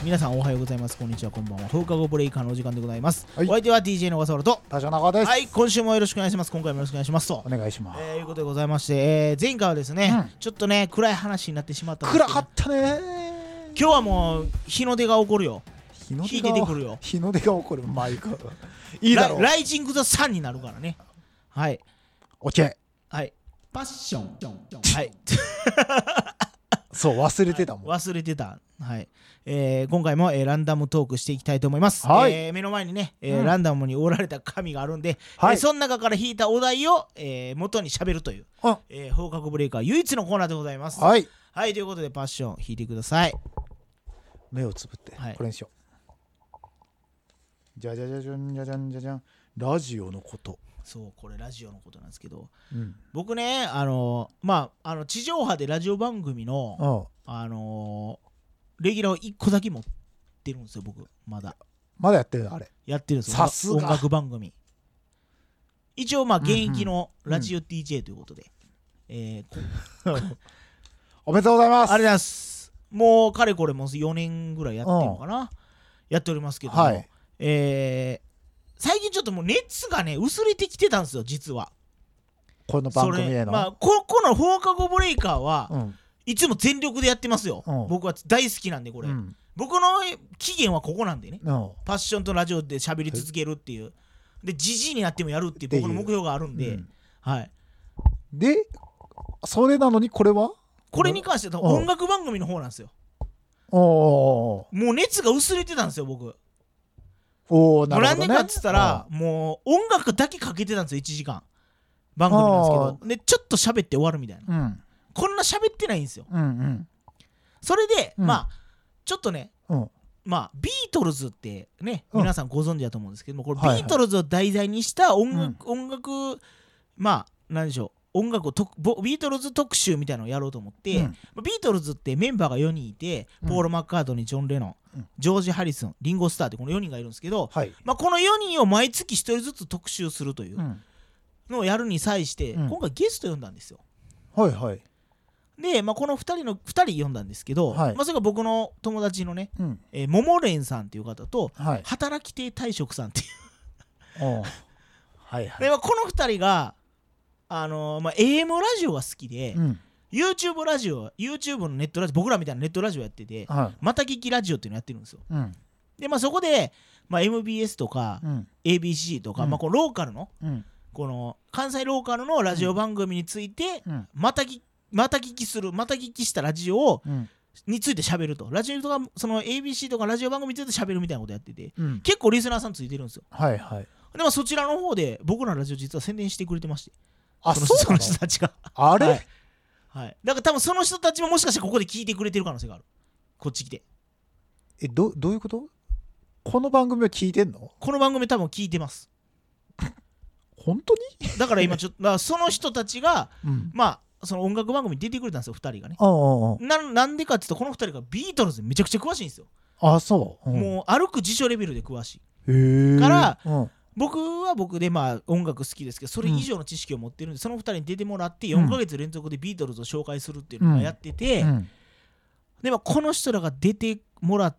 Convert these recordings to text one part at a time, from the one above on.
皆さんおはようございます、こんにちは、こんばんは。放課後ブレイカーのお時間でございます、 はい、 お相手は DJ の小笠原と田中です。 はい、今週もよろしくお願いします。今回もよろしくお願いしますとお願いします。 いうことでございまして、前回はですね、ちょっとね暗い話になってしまったんですけど、 暗かったね。 今日はもう日の出が起こるよ。日出てくるよ。 日の出が起こる。マイクいいだろう。 ライジング・ザ・サンになるからね。はい、 オッケー。 はい、パッションはいそう忘れてたもん、 忘れてた。はい、今回も、ランダムトークしていきたいと思います。 はい目の前にね、ランダムに折られた紙があるんで、 はいその中から引いたお題を、元に喋るという、放課後ブレイカー唯一のコーナーでございます。 はい、 はい、ということでパッション引いてください。 目をつぶって、 はい、 これにしよう。じゃじゃじゃじゃんじゃじゃんじゃじゃん。ラジオのこと。 そう、これラジオのことなんですけど、僕ね地上波でラジオ番組のレギュラーを1個だけ持ってるんですよ。僕まだやってるの。あれやってるんですよ。 さすが音楽番組。一応現役のラジオ DJ ということで、 おめでとうございます。 ありがとうございます。もうかれこれもう4年ぐらいやってるのかな、やっておりますけども、 はい、 最近ちょっともう熱がね薄れてきてたんですよ、実は。 この番組へのこの放課後ブレイカーは、いつも全力でやってますよ。僕は大好きなんでこれ、僕の起源はここなんでね、パッションとラジオで喋り続けるっていうで、ジジイになってもやるっていう僕の目標があるんで、はい。 でそれなのにこれに関しては音楽番組の方なんですよ。 もう熱が薄れてたんですよ僕。 なんでかっつったら、もう音楽だけかけてたんですよ、1時間番組なんですけど、でちょっと喋って終わるみたいな、こんな喋ってないんですよ。それで、ちょっとね、ビートルズってね、皆さんご存知だと思うんですけども、これビートルズを題材にした音楽、なんでしょう、ビートルズ特集みたいなのをやろうと思って、ビートルズってメンバーが4人いて、ポール・マッカートニー、ジョン・レノン、ジョージ・ハリスン、リンゴ・スターってこの4人がいるんですけど、この4人を毎月1人ずつ特集するというのをやるに際して、今回ゲスト呼んだんですよ。で、この2人呼んだんですけど、それが僕の友達のね、ももれんさんっていう方と、働き手退職さんっていうで、この2人がAM ラジオが好きで、YouTube のネットラジオ、僕らみたいなネットラジオやってて、また聞きラジオっていうのやってるんですよ。でそこで、MBS とか、ABC とか、このローカルの、この関西ローカルのラジオ番組について、また聞きしたラジオについて喋ると、ラジオとかその ABC とかラジオ番組について喋るみたいなことやってて、結構リスナーさんついてるんですよ。でそちらの方で僕らのラジオ実は宣伝してくれてまして、その人たちがあれ、 だから多分その人たちももしかしてここで聞いてくれてる可能性がある。こっち来てどういうこと？この番組は聞いてんの？ この番組多分聞いてます。 本当に？ だから今ちょっとその人たちが、その音楽番組に出てくれたんですよ、2人がね。なんでかっていうと、この2人がビートルズめちゃくちゃ詳しいんですよ。もう歩く辞書レベルで詳しいから、僕は僕で音楽好きですけど、それ以上の知識を持ってるんで、その2人に出てもらって4ヶ月連続でビートルズを紹介するっていうのをやってて、でこの人らが出てもらって、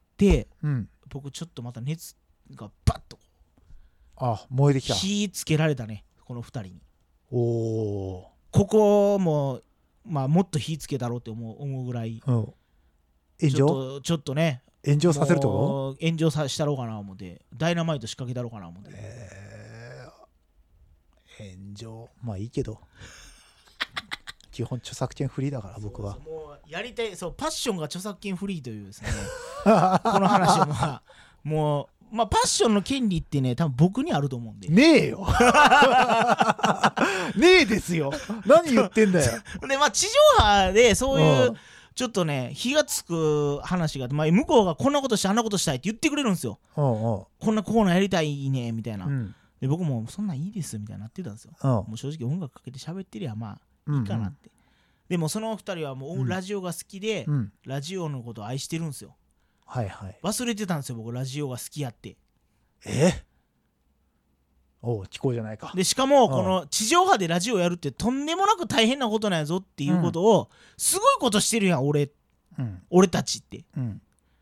僕ちょっとまた熱がバッと燃えてきた。 火つけられたね、この2人に。 ここももっと火つけだろうって思うぐらい、 炎上ちょっとね、 炎上させるってこと？ 炎上したろうかな思って、ダイナマイト仕掛けだろうかな思って、 炎上いいけど基本著作権フリーだから僕は。 もうやりたい、パッションが著作権フリーというですねこの話をもうパッションの権利ってね、多分僕にあると思うんで。 ねえよねえですよ、何言ってんだよで地上波でそういうちょっとね火がつく話が、向こうがこんなことしたいあんなことしたいって言ってくれるんですよ。こんなコーナーやりたいねみたいな、で僕もそんなんいいですみたいになってたんですよ。もう正直音楽かけて喋ってりゃいいかなって、でもその2人はもうラジオが好きで、ラジオのことを愛してるんですよ。忘れてたんですよ僕、ラジオが好きやって。 聞こうじゃないか。 でしかもこの地上波でラジオやるってとんでもなく大変なことなんやぞっていうことを、すごいことしてるやん俺たちって、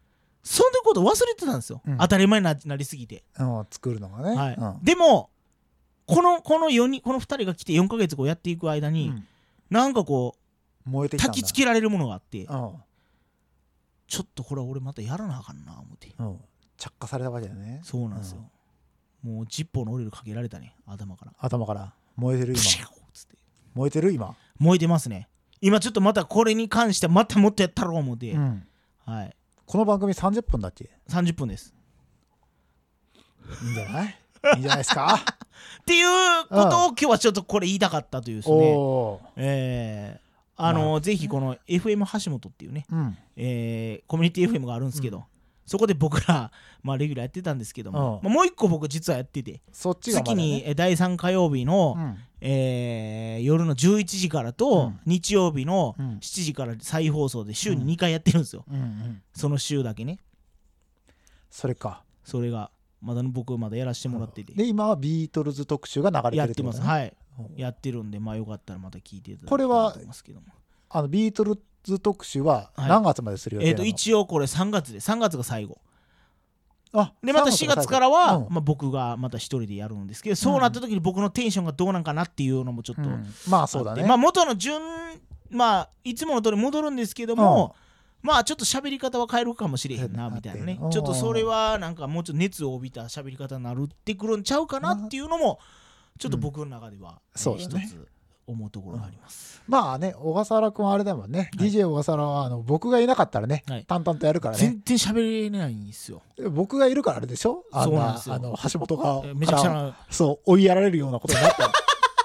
そんなこと忘れてたんですよ、当たり前になりすぎて、 作るのがね、 はい、でもこの2人が来て4ヶ月こうやっていく間に、なんかこう燃えてきたんだ、 焚きつけられるものがあって、ちょっとこれは俺またやらなあかんな思って、 着火されたわけだよね。 そうなんですよ、もうジッポーのオイルかけられたね、頭から燃えてる今。 プシューつって燃えてる今。 燃えてますね今。ちょっとまたこれに関してはまたもっとやったろう思って、はい、 この番組30分だっけ。 30分です。 いいんじゃない、いいんじゃないですかっていうことを今日はちょっとこれ言いたかったというですね、ぜひこの FM 橋本っていうね、コミュニティ FM があるんですけど、そこで僕ら、レギュラーやってたんですけども、もう一個僕実はやってて、 そっちがまだね、 月に第3火曜日の、夜の11時からと、日曜日の7時から再放送で週に2回やってるんですよ、その週だけね。 それが僕まだやらせてもらってて、 で今はビートルズ特集が流れてるやってます。はい、やってるんで、よかったらまた聞いていただきたいと思いますけども。 これはビートルズ特集は何月までする予定なの？ 一応これ3月が最後で、また4月からは、僕がまた一人でやるんですけど、そうなった時に僕のテンションがどうなんかなっていうのもちょっと、 そうだね、 元のいつもの通り戻るんですけども、ちょっと喋り方は変えるかもしれへんなみたいなね、ちょっとそれはなんかもうちょっと熱を帯びた喋り方になるってくるんちゃうかなっていうのもちょっと僕の中では一つ思うところがあります。 小笠原君はあれだもんね、DJ 小笠原は僕がいなかったらね、淡々とやるからね。 全然喋れないんですよ。 僕がいるからあれでしょ、 そうなんですよ。 橋本がめちゃくちゃ追いやられるようなことになった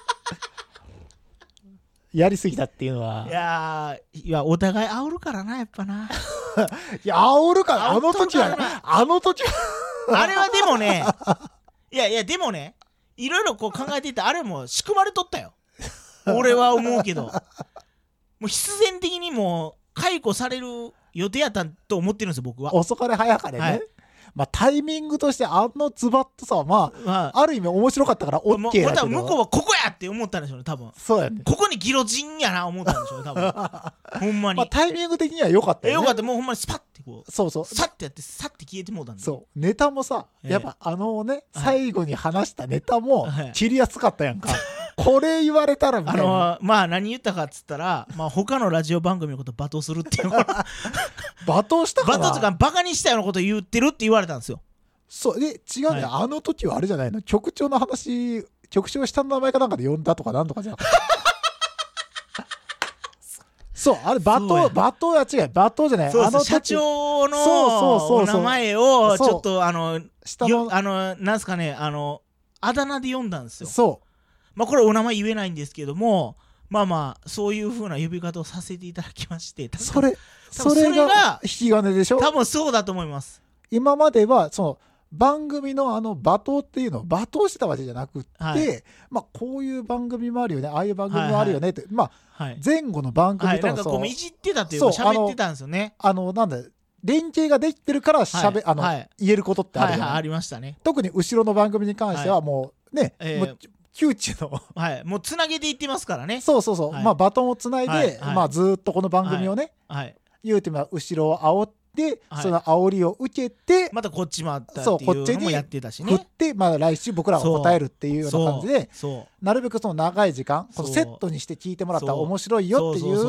やりすぎたっていうのは。 いやお互い煽るからな、やっぱな。 いや煽るから、あの時はあれはでもねいやでもね、いろいろこう考えていたあれも仕組まれとったよ俺は思うけど、もう必然的にもう解雇される予定やったと思ってるんですよ、僕は。 遅かれ早かれね、タイミングとしてズバッとさある意味面白かったから OK だけど、 多分向こうはここやって思ったんでしょうね、多分。 そうやね、 ここにギロチンやな思ったんでしょうね、多分ほんまに、 タイミング的には良かったよね。 良かった、もうほんまにスパッてこう、 そうサッてやってサッて消えてもうたんで。 そうネタもさ、やっぱ最後に話したネタも切りやすかったやんかこれ言われたらみたいな、 何言ったかっつったら、他のラジオ番組のことを罵倒するっていう罵倒したかな、 罵倒とかバカにしたようなことを言ってるって言われたんですよ。 そうで違うね、あの時はあれじゃないの、局長の話、局長が下の名前かなんかで呼んだとかなんとかじゃんそうあれ罵倒は違う、罵倒じゃない、 そう社長のお名前をちょっと下のなんすかね、あだ名で呼んだんですよ。そうこれお名前言えないんですけども、そういう風な呼び方をさせていただきまして、 それが引き金でしょ。 多分そうだと思います。 今まではその番組の罵倒っていうのを罵倒してたわけじゃなくって、こういう番組もあるよね、ああいう番組もあるよねって、前後の番組とかなんかこういじってたというか喋ってたんですよね。 なんだ連携ができてるから言えることってあるじゃない、 ありましたね。 特に後ろの番組に関してはもうね、窮地のもうつなげていってますからね。 そうバトンをつないでずっとこの番組をね、言うても後ろを煽って、その煽りを受けてまたこっちもあったっていうのもやってたしね、 振って来週僕らが答えるっていうような感じで、なるべくその長い時間このセットにして聞いてもらったら面白いよっていう、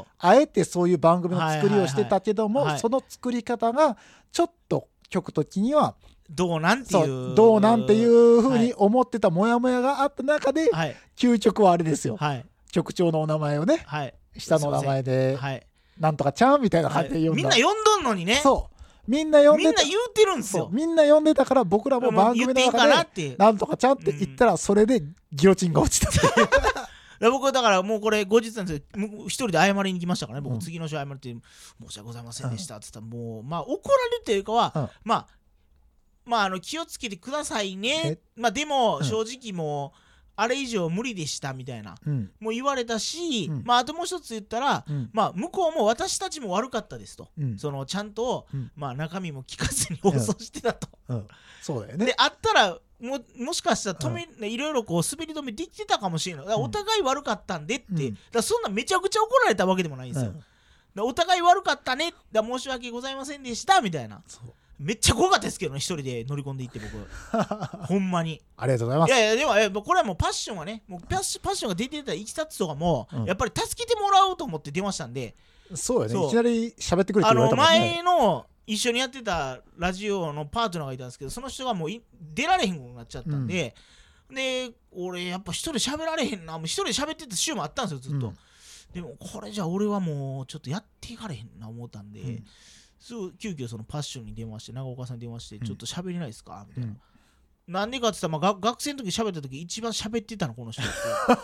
あえてそういう番組の作りをしてたけども、その作り方がちょっと局的にはどうなんていうふうに思ってたモヤモヤがあった中で、究極はあれですよ、局長のお名前をね、下の名前でなんとかちゃんみたいな感じで呼んだ、 みんな呼んどんのにね、 みんな呼んでた、 みんな言うてるんですよ、 みんな呼んでたから僕らも番組の中でなんとかちゃんって言ったらそれでギロチンが落ちたっていう僕だからもうこれ後日なんですけど、一人で謝りに来ましたからね、僕次の週謝るって申し訳ございませんでしたって言ったら、もう怒られるというかは、気をつけてくださいね、でも正直もうあれ以上無理でしたみたいな、もう言われたし、あともう一つ言ったら、向こうも私たちも悪かったですと、そのちゃんと、中身も聞かずに放送してたと、 そうだよね。 であったらもしかしたらいろいろこう滑り止めできてたかもしれない、お互い悪かったんでって、だからそんなめちゃくちゃ怒られたわけでもないんですよ、 お互い悪かったね、申し訳ございませんでしたみたいな。めっちゃ怖かったですけどね、一人で乗り込んでいって僕ほんまにありがとうございます。 いやいやでもこれはもうパッションはね、もうパッションが出てたいきさつとかも、やっぱり助けてもらおうと思って出ましたんで。 そうよね、いきなり喋ってくれって言われたもんね。 前の一緒にやってたラジオのパートナーがいたんですけど、その人がもう出られへんことになっちゃったんで、で俺やっぱ一人喋られへんな、もう一人で喋ってた週もあったんですよずっと、でもこれじゃ俺はもうちょっとやっていかれへんな思ったんで、すぐ急遽そのパッションに電話して、長岡さんに電話して、ちょっと喋れないですかみたいな、なんでかって言ったら、学生の時喋った時一番喋ってたのこの人って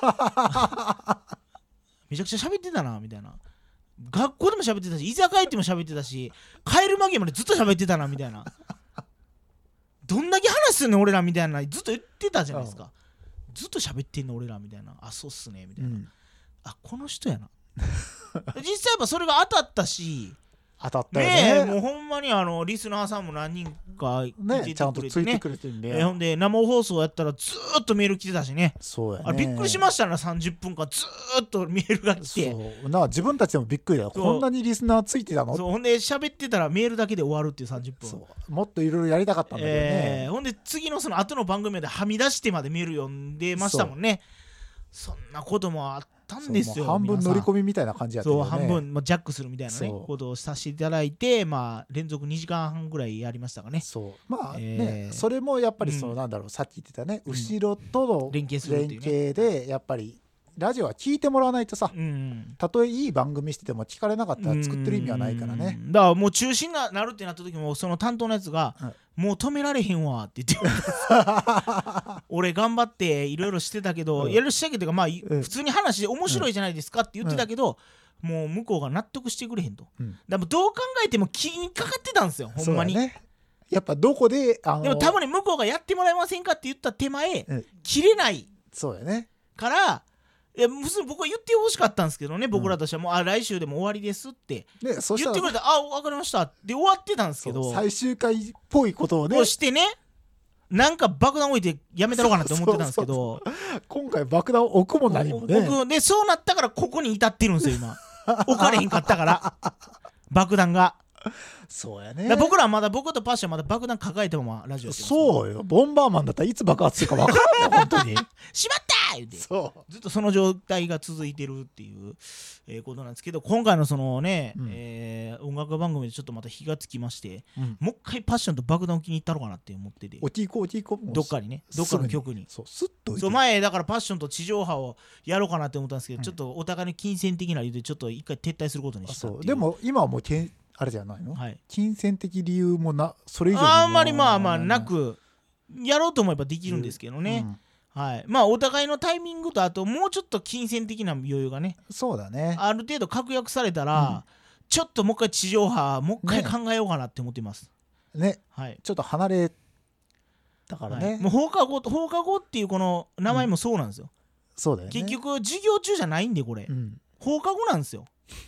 めちゃくちゃ喋ってたなみたいな、学校でも喋ってたし、居酒屋行っても喋ってたし、帰る間際までずっと喋ってたなみたいなどんだけ話すんねん俺らみたいなずっと言ってたじゃないですか。ずっと喋ってんの俺らみたいな、あそうっすねみたいな、あこの人やな実際やっぱそれが当たったし、 当たったよね。 もうほんまにリスナーさんも何人かいててくれてね、 ちゃんとついてくれてんで、 ほんで生放送やったらずーっとメール来てたしね。 そうやね。 びっくりしましたな、30分間ずーっとメールが来て。 そうな、自分たちでもびっくりだよ、こんなにリスナーついてたの。 そう、ほんで喋ってたらメールだけで終わるっていう30分。 そうもっといろいろやりたかったんだけどね、 ほんで次のその後の番組ではみ出してまでメール読んでましたもんね。そんなこともあったんですよ。 半分乗り込みみたいな感じやったよね。 そう半分、ジャックするみたいなねことをさせていただいて、連続2時間半ぐらいやりましたかね。 そうそれもやっぱりなんだろう、さっき言ってたね、後ろとの連携でやっぱりラジオは聞いてもらわないとさ、たとえいい番組してても聞かれなかったら作ってる意味はないからね。 だからもう中止になるってなった時もその担当のやつが、もう止められへんわって言って俺頑張っていろいろしてたけど、やるしたけど普通に話で面白いじゃないですかって言ってたけど、もう向こうが納得してくれへんと、でもどう考えても気にかかってたんですよほんまに。 やっぱどこででも多分ね、向こうがやってもらえませんかって言った手前、切れないから僕は言ってほしかったんですけどね、僕らとしてはもう来週でも終わりですって言ってくれたら、分かりましたって終わってたんですけど、 最終回っぽいことをねしてね、なんか爆弾置いてやめたろうかなって思ってたんですけど今回爆弾置くも何もね、 でそうなったからここに至ってるんですよ今置かれへんかったから爆弾が。 そうやね。 僕らはまだ、僕とパッションまだ爆弾抱えたままラジオしてます。 そうよ、ボンバーマンだったらいつ爆発するか分からんよ本当にしまったー言うてずっとその状態が続いてるっていうことなんですけど、今回のそのね、音楽番組でちょっとまた火がつきまして、もう一回パッションと爆弾置きに行ったのかなって思ってて、 置き行こうどっかにね、どっかの曲にスッとそう前だからパッションと地上波をやろうかなって思ったんですけど、ちょっとお互いに金銭的な理由でちょっと一回撤退することにしたっていう。 でも今はもうあれじゃないの、金銭的理由もそれ以上にあんまりなくやろうと思えばできるんですけどね、お互いのタイミングと、あともうちょっと金銭的な余裕がね、 そうだね、 ある程度確約されたら、ちょっともう一回地上波もう一回考えようかなって思ってますね。ちょっと離れたからね、 もう放課後っていうこの名前もそうなんですよ、 そうだよね。 結局授業中じゃないんでこれ、放課後なんですよ。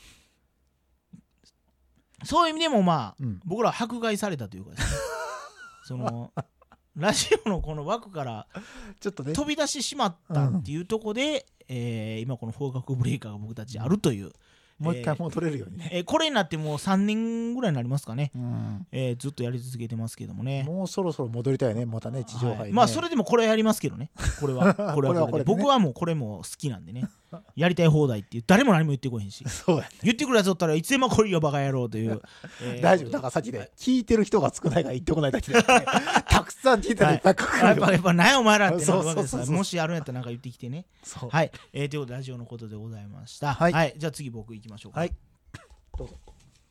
そういう意味でも僕らは迫害されたというかですねそのラジオのこの枠からちょっとね飛び出してしまったっていうところで、今この放課後ブレイカーが僕たちあるという、 もう一回戻れるようにね、 これになってもう3年ぐらいになりますかね、ずっとやり続けてますけどもね、 もうそろそろ戻りたいね、またね、地上波にね。 それでもこれはやりますけどね、これは僕はもうこれも好きなんでねやりたい放題っていう、誰も何も言ってこへんし、言ってくるやつおったらいつでも来いよバカ野郎という、 大丈夫だから、さっきで聞いてる人が少ないから言ってこないだけでたくさん聞いてるいっぱい書くから、 やっぱ何やお前らってなるわけですから、もしあるんやったらなんか言ってきてね。はい、ということでラジオのことでございました。はい、じゃあ次僕行きましょうか。どうぞ。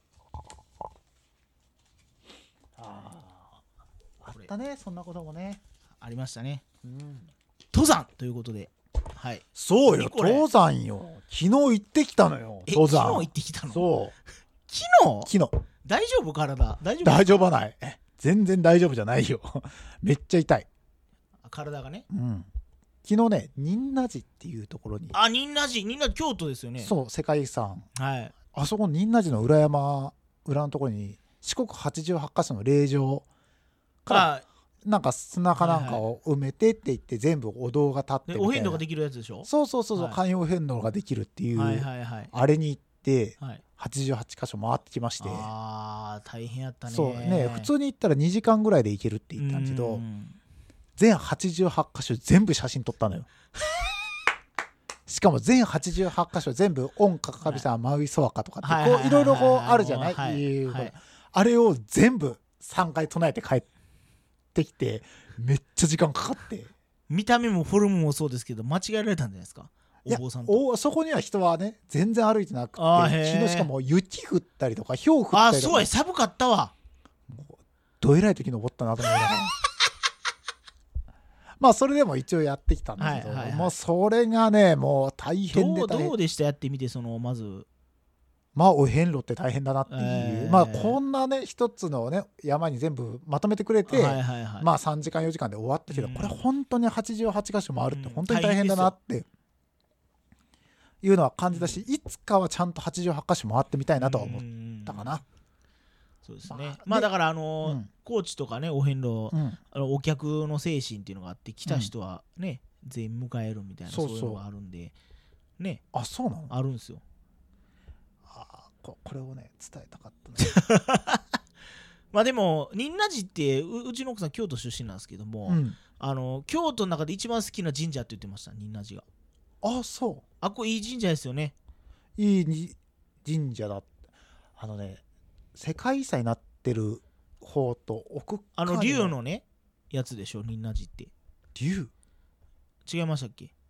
あったね、そんなこともねありましたね。登山ということで、 そうよ、登山よ、昨日行ってきたのよ、登山。 昨日行ってきたの？ そう。 昨日大丈夫？体大丈夫はない、全然大丈夫じゃないよめっちゃ痛い体がね。 昨日ね、仁和寺っていうところに。 仁和寺京都ですよね。 そう、世界遺産。あそこ仁和寺の裏のところに四国88カ所の霊場からなんか砂かなんかを埋めてって言って全部お堂が立ってみたいな、 お遍路ができるやつでしょ。 そう、寛容遍路ができるっていう、あれに行って 88箇所回ってきまして、 大変やったね。 そうね、普通に行ったら2時間ぐらいで行けるって言ったんですけど、全88箇所全部写真撮ったのよ。しかも全88箇所全部オンカカビさんマウイソワカとかってこういろいろこうあるじゃない、あれを全部3回唱えて帰ってきて、めっちゃ時間かかって、 見た目もフォルムもそうですけど間違えられたんじゃないですか、お坊さんと。 そこには人はね全然歩いてなくて、昨日しかも雪降ったりとか氷降ったりとか、 そうや寒かったわ。 どえらい時登ったなと思いながらまあそれでも一応やってきたんだけど、もうそれがねもう大変で大変。 どうでした、やってみて。まずまあお遍路って大変だなっていう、まあこんなね一つのね山に全部まとめてくれて、まあ3時間4時間で終わったけど、これ本当に88箇所回るって本当に大変だなっていうのは感じたし、いつかはちゃんと88箇所回ってみたいなとは思ったかな。 そうですね。まあだから高知とかねお遍路、お客の精神っていうのがあって、来た人はね全員迎えるみたいな、そういうのがあるんでね。 そうなの？ あるんですよ。 これをね伝えたかったねまあでも仁和寺って、うちの奥さん京都出身なんですけども、京都の中で一番好きな神社って言ってました、仁和寺が。 そう。 これいい神社ですよね。 いい神社だ。世界遺産になってる方と奥側竜のねやつでしょ、仁和寺って。 竜違いましたっけ？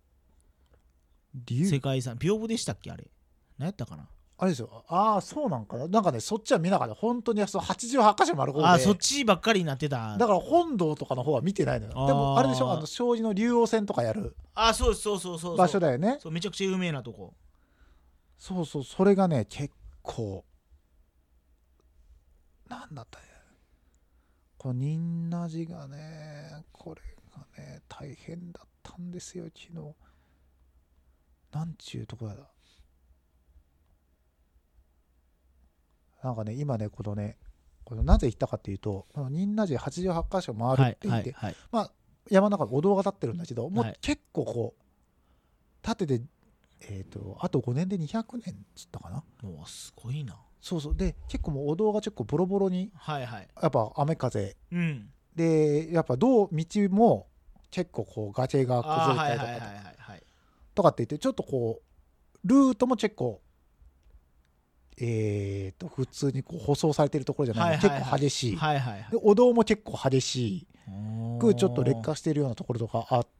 竜世界遺産屏風でしたっけ？あれ何やったかな。 あれですよ。そうなんかな。なんかねそっちは見ながら本当に88箇所もある方で、 そっちばっかりになってた。 だから本堂とかの方は見てないのよ。でもあれでしょ、障子の竜王戦とかやるそう場所だよね。 そうめちゃくちゃ有名なとこ。 そうそれがね結構なんだったね、この仁和寺がね、これがね大変だったんですよ昨日。なんちゅうとこやだ。なんかね今ねこのなぜ行ったかっていうと、この仁和寺88箇所回るって言って、まあ山の中にお堂が建ってるんだけど、もう結構こう建ててあと5年で200年っつったかな。 もうすごいな。 そうで結構もうお堂が結構ボロボロに、やっぱ雨風、でやっぱ道も結構こう崖が崩れたりとかって言って、ちょっとこうルートも結構普通にこう舗装されてるところじゃないので結構激しい、でお堂も結構激しくちょっと劣化しているようなところとかあって、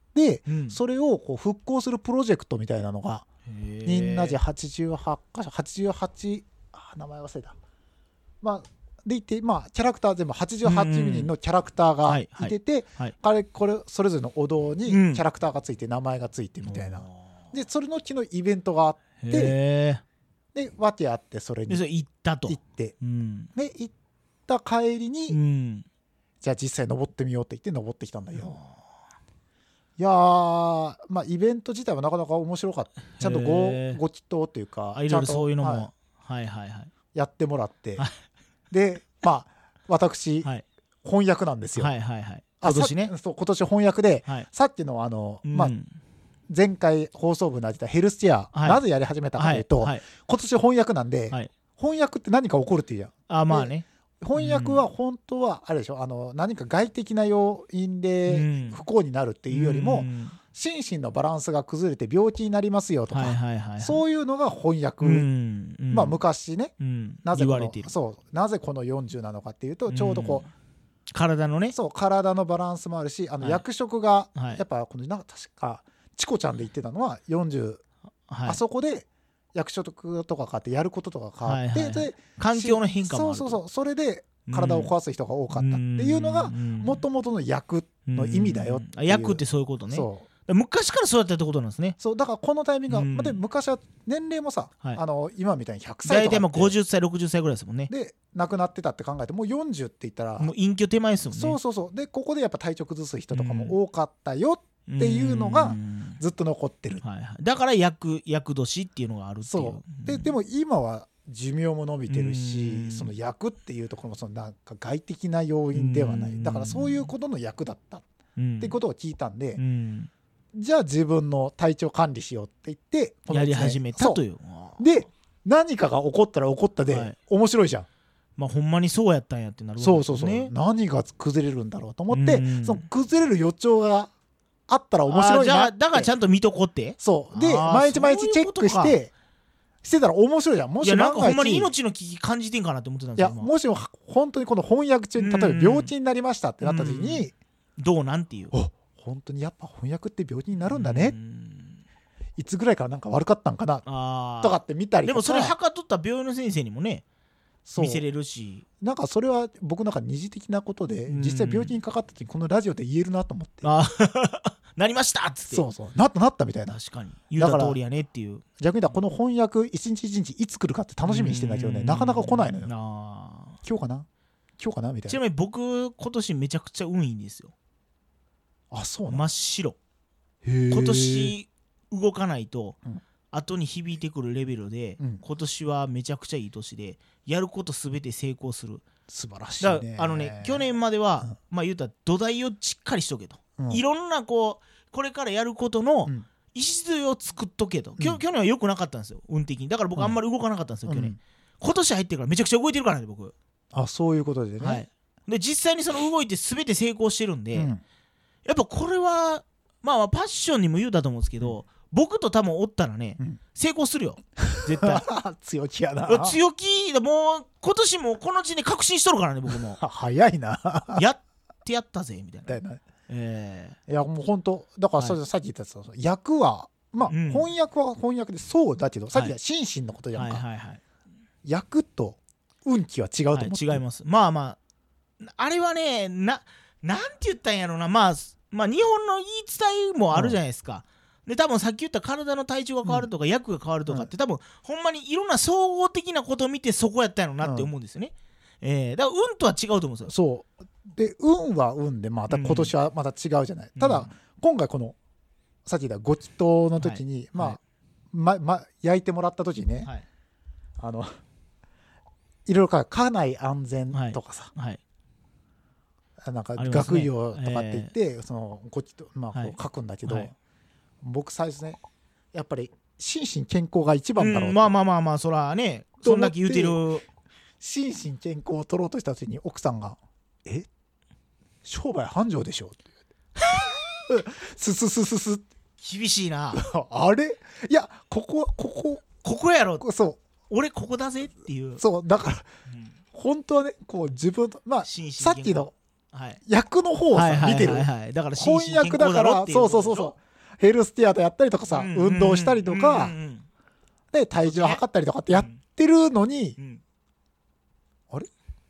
それをこう復興するプロジェクトみたいなのが仁和寺88箇所88名前忘れた、まあでいて、まあキャラクター全部88人のキャラクターがいてて、これそれぞれのお堂にキャラクターがついて名前がついてみたいな、でそれの昨日イベントがあって、で訳あってそれに行ったと。 行って、で行った帰りに、じゃあ実際登ってみようって言って登ってきたんだよ。いやまあイベント自体はなかなか面白かった。ちゃんとご祈祷っていうか、 いろいろそういうのも、 やってもらって、でまあ私、翻訳なんですよ。今年ね。そう今年翻訳で、さっきのまあ前回放送部になってたヘルスチェア、なぜやり始めたかというと、今年翻訳なんで、翻訳って何か起こるっていうじゃん。 まあね。 翻訳は本当はあれでしょ、何か外的な要因で不幸になるっていうよりも、心身のバランスが崩れて病気になりますよとか、そういうのが翻訳、まあ昔ね、なぜこの40なのかっていうと、ちょうどこう体のね、 体のバランスもあるし、役職がやっぱこの確かチコちゃんで言ってたのは40、あそこで役職とか変わってやることとか変わって、で環境の変化もあると。 それで体を壊す人が多かったっていうのがもともとの役の意味だよっていう。 役ってそういうことね。昔からそうやったってことなんですね。 そうだからこのタイミングが、で昔は年齢もさ、今みたいに100歳とか大体50歳60歳ぐらいですもんね。 で亡くなってたって考えてもう40って言ったらもう隠居手前ですもんね。 そうでここでやっぱ体調崩す人とかも多かったよっていうのがずっと残ってる。 だから厄年っていうのがあるっていう。 でも今は寿命も伸びてるし、その役っていうところもそのなんか外的な要因ではない。だからそういうことの役だったってことを聞いたんで、じゃあ自分の体調管理しようって言ってやり始めたという。 で何かが起こったら起こったで面白いじゃん。 まあほんまにそうやったんやってなるわけですね。 そう何が崩れるんだろうと思って、その崩れる予兆があったら面白いなって。 だからちゃんと見とこって。 そうで毎日チェックしてたら面白いじゃん。もしなんかほんまに命の危機感じてんかなって思ってたんですよ。 いやもし本当にこの翻訳中に例えば病気になりましたってなった時にどうなんていう、 本当にやっぱ翻訳って病気になるんだね、いつぐらいからなんか悪かったんかなとかって見たりとか。 でもそれ測っとった病院の先生にもね見せれるし、 なんかそれは僕なんか二次的なことで実際病気にかかった時にこのラジオで言えるなと思って、 なりましたっつって、 そうなったみたいな。 確かに言うた通りやねっていう。 逆に言ったらこの翻訳一日一日いつ来るかって楽しみにしてんだけどね、なかなか来ないのよ。今日かなみたいな。 ちなみに僕今年めちゃくちゃ運いいんですよ。 そう真っ白。今年動かないと後に響いてくるレベルで、今年はめちゃくちゃいい年でやることすべて成功する。 素晴らしいね。 だから去年までは、まあ言うたら土台をしっかりしとけと、いろんなこれからやることの礎を作っとけと、去年は良くなかったんですよ運的に。だから僕あんまり動かなかったんですよ、去年。今年入ってからめちゃくちゃ動いてるからね僕。 そういうことでね。 で実際にその動いて全て成功してるんで、やっぱこれはまあパッションにも言うだと思うんですけど、僕と多分おったらね、成功するよ絶対。 強気やな。 強気でもう今年もこの時点で確信しとるからね僕も。 早いな。 やったぜみたいな。 いやもう本当だからさっき言った役はまあ翻訳は翻訳でそうだけど、さっきは心身のことじゃんか。役と運気は違うと思って。 違います。まああれはねなんて言ったんやろな、まあ日本の言い伝えもあるじゃないですか。で多分さっき言った体の体調が変わるとか、役が変わるとかって多分ほんまにいろんな総合的なことを見てそこやったんやろなって思うんですよね。だから運とは違うと思うんですよ。 そうで運は運でまた今年はまた違うじゃない。ただ今回このさっき言ったご祈祷の時に焼いてもらった時にね、いろいろ家内安全とかさ、なんか学業とかって言ってそのご祈祷書くんだけど、僕最初ねやっぱり心身健康が一番だろう、 まあそらねそんだけ言うてる。 心身健康を取ろうとした時に奥さんが商売繁盛でしょって言ってす厳しいな。 あれいやここやろ。 そう俺ここだぜっていう。 そうだから、本当はねこう自分さっきの役の方を見てる。 だから翻訳だからそうヘルスケアとやったりとかさ、運動したりとかで体重を測ったりとかってやってるのに、あれ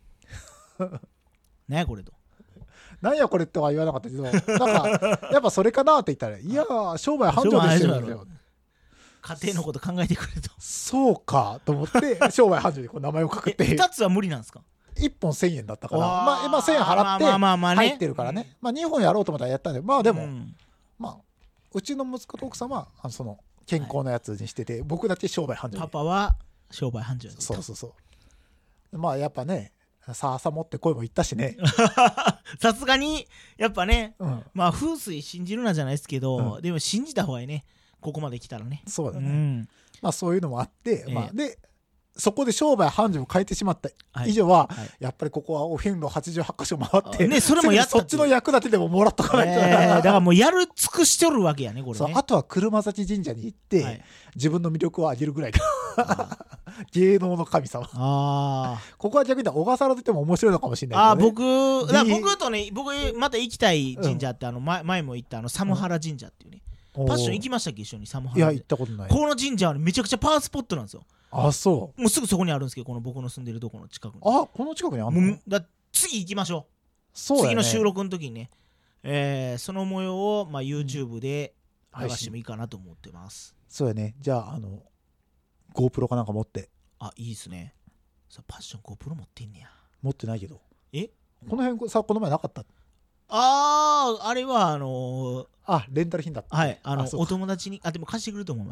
何やこれと。 何やこれとは言わなかったけど、なんかやっぱそれかなって言ったら、いや商売繁盛ですよ。 家庭のこと考えてくれと。 そうかと思って商売繁盛でこう名前を書くっていう。 2つは無理なんですか ？1本1000円だったから1000円払って入ってるからね。2本やろうと思ったらやったんで、でもうちの息子と奥様はその健康なやつにしてて、僕だけ商売繁盛。 パパは商売繁盛。 そうやっぱねさあさもって声も言ったしね。 さすがにやっぱね、風水信じるなじゃないですけど、でも信じた方がいいねここまで来たらね。 そうだね。そういうのもあって、でそこで商売繁盛を変えてしまった以上は、やっぱりここはお遍路88カ所回って、 それもやったそっちの役立てでももらっとかないと、 だからもうやる尽くしておるわけやねこれね。 あとは車崎神社に行って、自分の魅力を上げるぐらいか。芸能の神様。ここは逆に言ったら小笠原といっても面白いのかもしれないけどね。 僕とね僕また行きたい神社って前も行ったサムハラ神社っていうね、パッション行きましたっけ一緒に。サムハラ。 いや行ったことない。 この神社はめちゃくちゃパワースポットなんですよ。 そうもうすぐそこにあるんですけど、この僕の住んでるところの近くに。 この近くにあるの？ 次行きましょう。 そうだね。 次の収録の時にね、その模様をYouTube で流してもいいかなと思ってます。 そうやね。じゃあGoPro かなんか持って。 いいですね。パッション GoPro 持ってんねや。 持ってないけど。この辺さこの前なかった？ あれはレンタル品だった。 お友達にでも貸してくれると思います。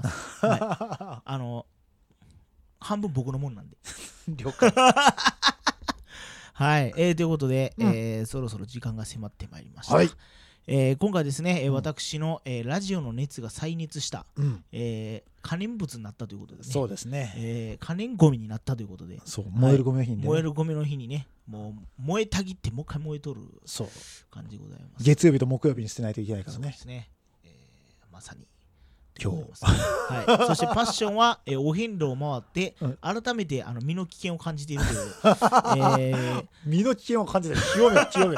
半分僕のもんなんで。 了解。 はい、ということで、そろそろ時間が迫ってまいりました。 今回ですね、私の、ラジオの熱が再燃した、可燃物になったということでね。 そうですね、 可燃ゴミになったということで、 そう燃えるゴミの日に、ね、 燃えるゴミの日にね、もう燃えたぎってもう一回燃えとる感じでございます。 月曜日と木曜日に捨てないといけないからね。 そうですね、まさに今日、はい、そしてパッションは、お遍路を回って、改めて身の危険を感じているという、 身の危険を感じてる。清め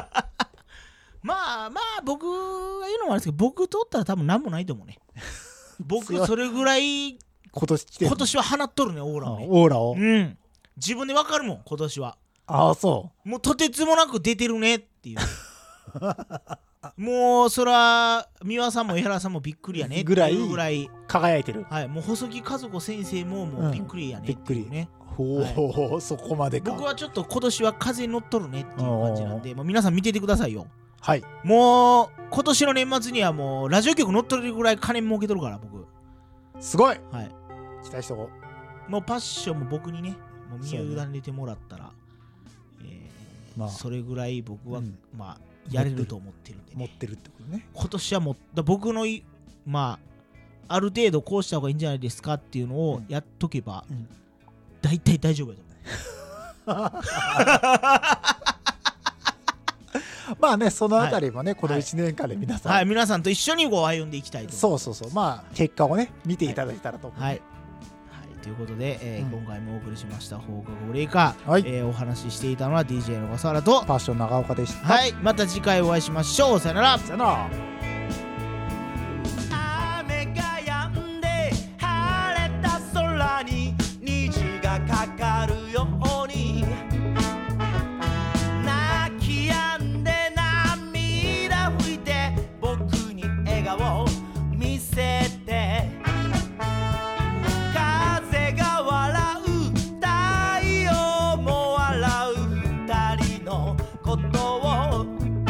まあ僕が言うのもあれですけど、僕とったら多分何もないと思うね。僕それぐらい今年は放っとるね、オーラをね。 オーラを、 自分で分かるもん今年は。 ああ、そうもうとてつもなく出てるねっていうもうそら三輪さんも江原さんもびっくりやねっていうぐらい輝いてる。 はい、もう細木和子先生ももうびっくりやねっていうね、 ほう、そこまでか。 僕はちょっと今年は風に乗っとるねっていう感じなんで、もう皆さん見ててくださいよ。 はい、 もう今年の年末にはもうラジオ局乗っとるぐらい金儲けとるから僕。 すごい、 はい、 期待しとこう。もうパッションも僕にね、もう身を委ねてもらったら、それぐらい僕は、まあやれると思ってるんで、ね、 持ってるってことね。 今年はもう僕のまあある程度こうした方がいいんじゃないですかっていうのをやっとけば、大体大丈夫やと思う。 まあね、そのあたりもね、この1年間で皆さん、 はい、皆さんと一緒に歩んでいきたいと思う。そう、まあ結果をね見ていただけたらと思う。 はい、ということで、今回もお送りしました放課後レイカー、お話ししていたのは DJ の笠原とパッション長岡でした。 はい、また次回お会いしましょう。さよなら。 さよなら。 雨が止んで晴れた空に虹がかかるように、泣き止んで涙拭いて僕に笑顔見せて、風が笑う太陽も笑う二人のことを、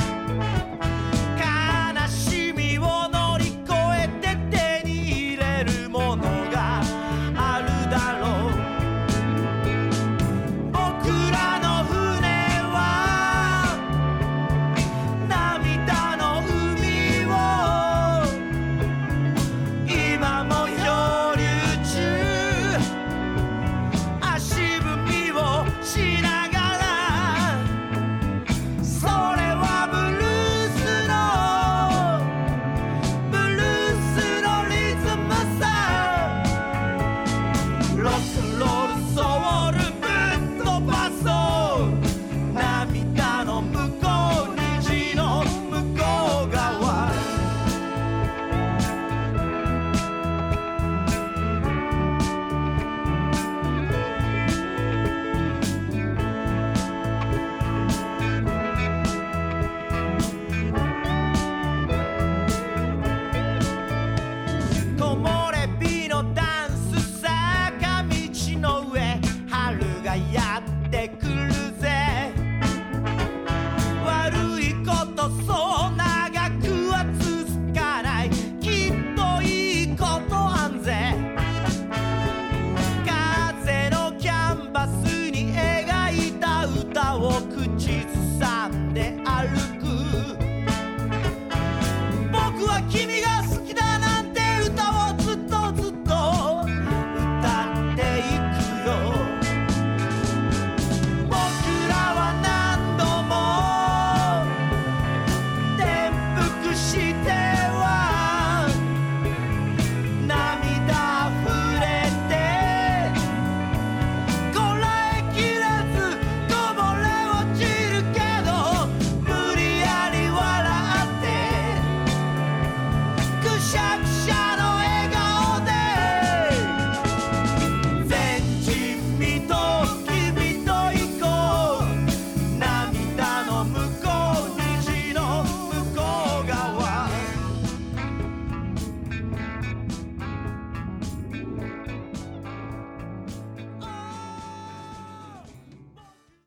悲しみを乗り越えて手に入れるものがあるだろう。僕らの船は涙の海を今も漂流中、足踏みをしながら、それはブルースのリズムさ、ロックンロール